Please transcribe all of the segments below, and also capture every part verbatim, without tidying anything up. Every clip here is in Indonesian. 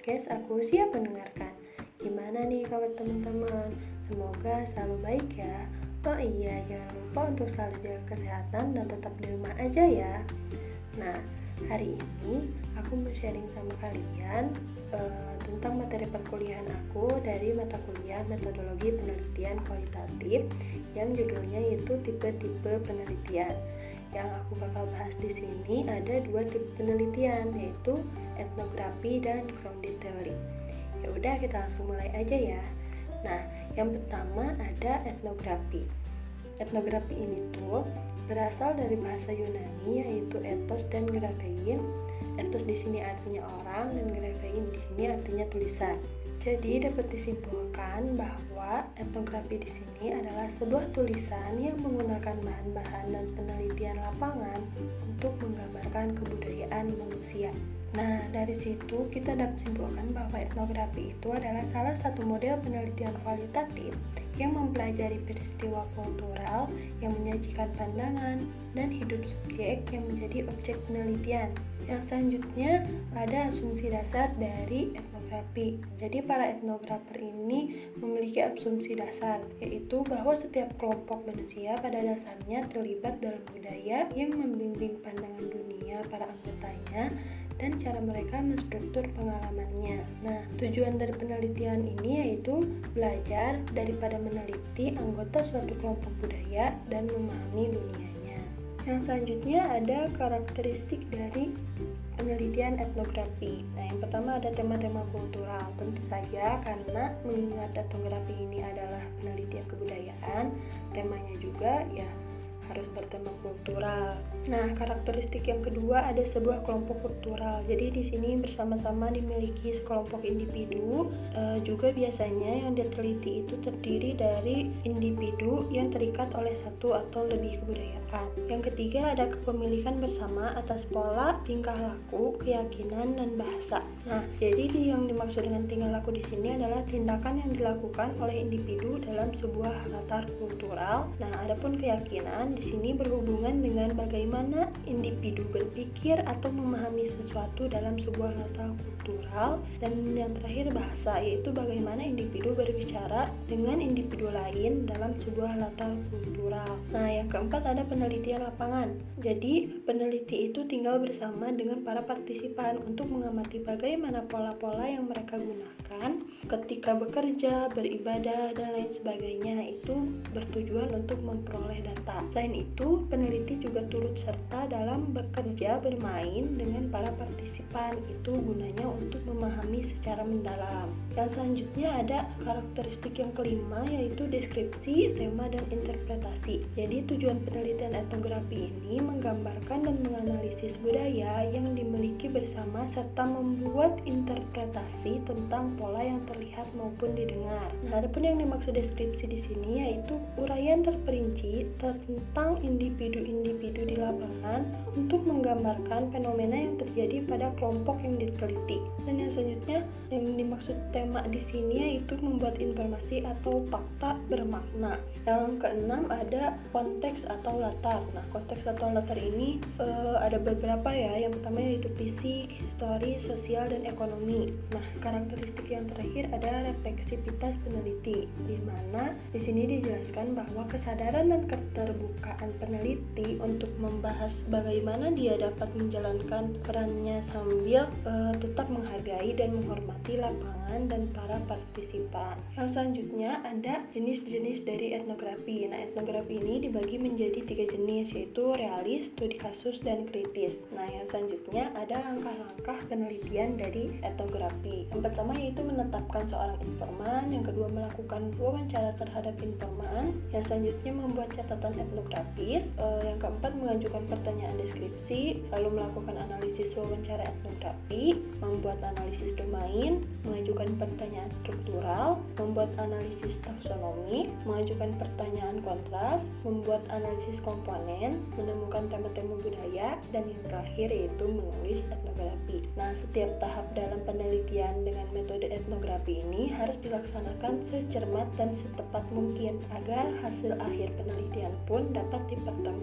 podcast aku siap mendengarkan. Gimana nih kabar teman-teman? Semoga selalu baik ya. Oh iya, jangan lupa untuk selalu jaga kesehatan dan tetap di rumah aja ya. Nah, hari ini aku mau sharing sama kalian uh, tentang materi perkuliahan aku dari mata kuliah metodologi penelitian kualitatif yang judulnya yaitu tipe-tipe penelitian. Yang aku bakal bahas di sini ada dua tipe penelitian, yaitu etnografi dan grounded theory. Ya udah, kita langsung mulai aja ya. Nah, yang pertama ada etnografi. Etnografi ini tuh berasal dari bahasa Yunani yaitu ethos dan graphein. Ethos di sini artinya orang dan graphein di sini artinya tulisan. Jadi dapat disimpulkan bahwa etnografi di sini adalah sebuah tulisan yang menggunakan bahan-bahan dan penelitian lapangan untuk menggambarkan kebudayaan manusia. Nah, dari situ kita dapat simpulkan bahwa etnografi itu adalah salah satu model penelitian kualitatif yang mempelajari peristiwa kultural yang menyajikan pandangan dan hidup subjek yang menjadi objek penelitian. Yang selanjutnya ada asumsi dasar dari etnografi. Jadi para etnografer ini memiliki asumsi dasar, yaitu bahwa setiap kelompok manusia pada dasarnya terlibat dalam budaya yang membimbing pandangan dunia para anggotanya dan cara mereka menstruktur pengalamannya. Nah, tujuan dari penelitian ini yaitu belajar daripada meneliti anggota suatu kelompok budaya dan memahami dunianya. Yang selanjutnya ada karakteristik dari penelitian etnografi. Nah, yang pertama ada tema-tema kultural. Tentu saja karena mengingat etnografi ini adalah penelitian kebudayaan, temanya juga ya harus bertema kultural. Nah, karakteristik yang kedua ada sebuah kelompok kultural. Jadi di sini bersama-sama dimiliki sekelompok individu. E, juga biasanya yang diteliti itu terdiri dari individu yang terikat oleh satu atau lebih kebudayaan. Yang ketiga ada kepemilikan bersama atas pola, tingkah laku, keyakinan, dan bahasa. Nah, jadi yang dimaksud dengan tingkah laku di sini adalah tindakan yang dilakukan oleh individu dalam sebuah latar kultural. Nah, adapun keyakinan di sini berhubungan dengan bagaimana individu berpikir atau memahami sesuatu dalam sebuah latar kultural, dan yang terakhir bahasa, yaitu bagaimana individu berbicara dengan individu lain dalam sebuah latar kultural. Nah, yang keempat ada penelitian lapangan. Jadi, peneliti itu tinggal bersama dengan para partisipan untuk mengamati bagaimana pola-pola yang mereka gunakan ketika bekerja, beribadah, dan lain sebagainya. Itu bertujuan untuk memperoleh data. Selain itu, peneliti juga turut serta dalam bekerja bermain dengan para partisipan. Itu gunanya untuk memahami secara mendalam. Yang selanjutnya ada karakteristik yang kelima, yaitu deskripsi, tema, dan interpretasi. Jadi tujuan penelitian etnografi ini menggambarkan dan menganalisis budaya yang dimiliki bersama serta membuat interpretasi tentang pola yang terlihat maupun didengar. Nah, adapun yang dimaksud deskripsi di sini yaitu uraian terperinci tentang individu-individu di lapangan untuk menggambarkan fenomena yang terjadi pada kelompok yang diteliti. Dan yang selanjutnya yang dimaksud tema di sini yaitu membuat informasi atau fakta bermakna. Yang keenam ada konteks atau latar. Nah, konteks atau latar ini e, ada beberapa ya. Yang pertama yaitu fisik, histori, sosial, dan ekonomi. Nah, karakteristik yang terakhir ada refleksivitas peneliti, di mana di sini dijelaskan bahwa kesadaran dan keterbukaan peneliti untuk membahas bagaimana dia dapat menjalankan perannya sambil e, tetap menghargai dan menghormati lapangan dan para partisipan. Yang selanjutnya ada jenis-jenis dari etnografi. Nah, etnografi ini dibagi menjadi tiga jenis, yaitu realis, studi kasus, dan kritis. Nah, yang selanjutnya ada langkah-langkah penelitian dari etnografi. Yang pertama yaitu menetapkan seorang informan, yang kedua melakukan wawancara terhadap informan, yang selanjutnya membuat catatan etnografis, eh, yang keempat mengajukan pertanyaan deskripsi, lalu melakukan analisis wawancara etnografi, membuat analisis domain, mengajukan pertanyaan struktural, membuat analisis taksonomi, mengajukan pertanyaan kontras, membuat analisis komponen, menemukan tema-tema budaya, dan yang terakhir yaitu menulis etnografi. Nah, setiap tahap dalam penelitian dengan metode etnografi ini harus dilaksanakan secermat dan setepat mungkin agar hasil akhir penelitian pun dapat dipertanggungjawabkan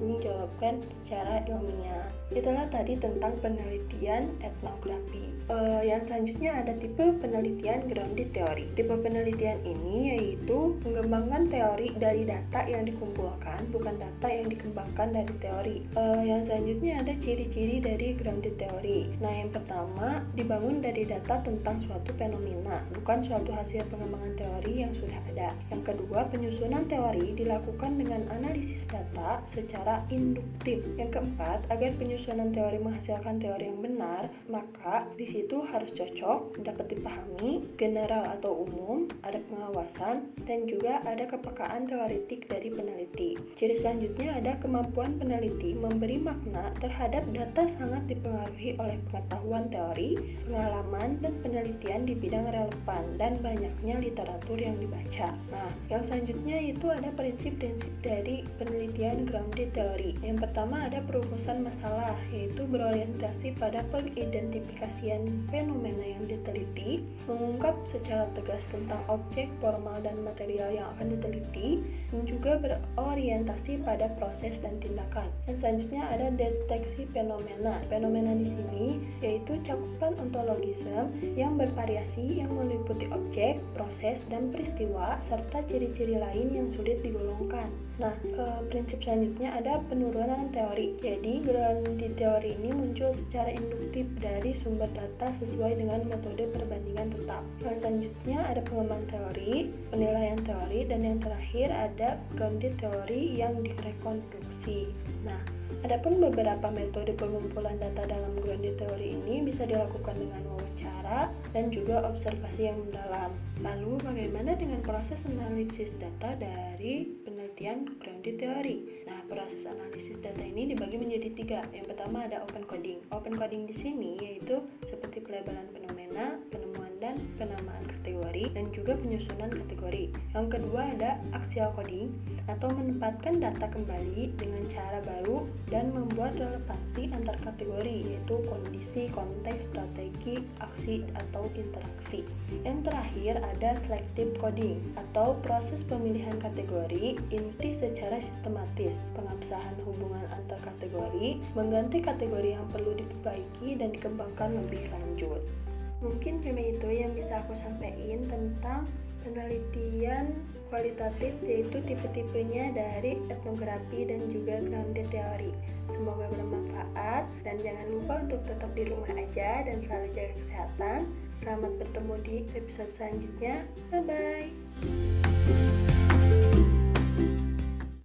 didevelopkan secara ilmiah. Itulah tadi tentang penelitian etnografi. Uh, yang selanjutnya ada tipe penelitian grounded theory. Tipe penelitian ini yaitu mengembangkan teori dari data yang dikumpulkan, bukan data yang dikembangkan dari teori. Uh, yang selanjutnya ada ciri-ciri dari grounded theory. Nah, yang pertama, dibangun dari data tentang suatu fenomena, bukan suatu hasil pengembangan teori yang sudah ada. Yang kedua, penyusunan teori dilakukan dengan analisis data secara induktif. Yang keempat, agar penyusunan teori menghasilkan teori yang benar, maka di situ harus cocok, dapat dipahami, general atau umum, ada pengawasan, dan juga ada kepekaan teoretik dari peneliti. Ciri selanjutnya ada kemampuan peneliti memberi makna terhadap data sangat dipengaruhi oleh pengetahuan teori, pengalaman, dan penelitian di bidang relevan, dan banyaknya literatur yang dibaca. Nah, yang selanjutnya itu ada prinsip-prinsip dari penelitian grounded theory. Yang pertama ada perumusan masalah, yaitu berorientasi pada pengidentifikasian fenomena yang diteliti, mengungkap secara tegas tentang objek, formal, dan material yang akan diteliti, dan juga berorientasi pada proses dan tindakan. Yang selanjutnya ada deteksi fenomena. Fenomena di sini yaitu cakupan ontologisme yang bervariasi yang meliputi objek, proses, dan peristiwa, serta ciri-ciri lain yang sulit digolongkan. Nah, e, prinsip selanjutnya ada penurunan teori. Jadi, grounded teori ini muncul secara induktif dari sumber data sesuai dengan metode perbandingan tetap. Yang selanjutnya ada pengembangan teori, penilaian teori, dan yang terakhir ada grounded teori yang direkonstruksi. Nah, adapun beberapa metode pengumpulan data dalam grounded teori ini bisa dilakukan dengan wawancara dan juga observasi yang mendalam. Lalu, bagaimana dengan proses analisis data dari penelitian grounded theory? Nah, proses analisis data ini dibagi menjadi tiga. Yang pertama ada open coding. Open coding di sini yaitu seperti pelabelan fenomena, penemuan dan penamaan kategori, dan juga penyusunan kategori. Yang kedua ada axial coding atau menempatkan data kembali dengan cara baru dan membuat relevansi antar kategori, yaitu kondisi, konteks, strategi, aksi, atau interaksi. Yang terakhir ada selective coding atau proses pemilihan kategori inti secara sistematis, pengabsahan hubungan antar kategori, mengganti kategori yang perlu diperbaiki dan dikembangkan lebih lanjut. Mungkin cuma itu yang bisa aku sampaikan tentang penelitian kualitatif, yaitu tipe-tipenya dari etnografi dan juga grounded theory. Semoga bermanfaat dan jangan lupa untuk tetap di rumah aja dan selalu jaga kesehatan. Selamat bertemu di episode selanjutnya. Bye bye.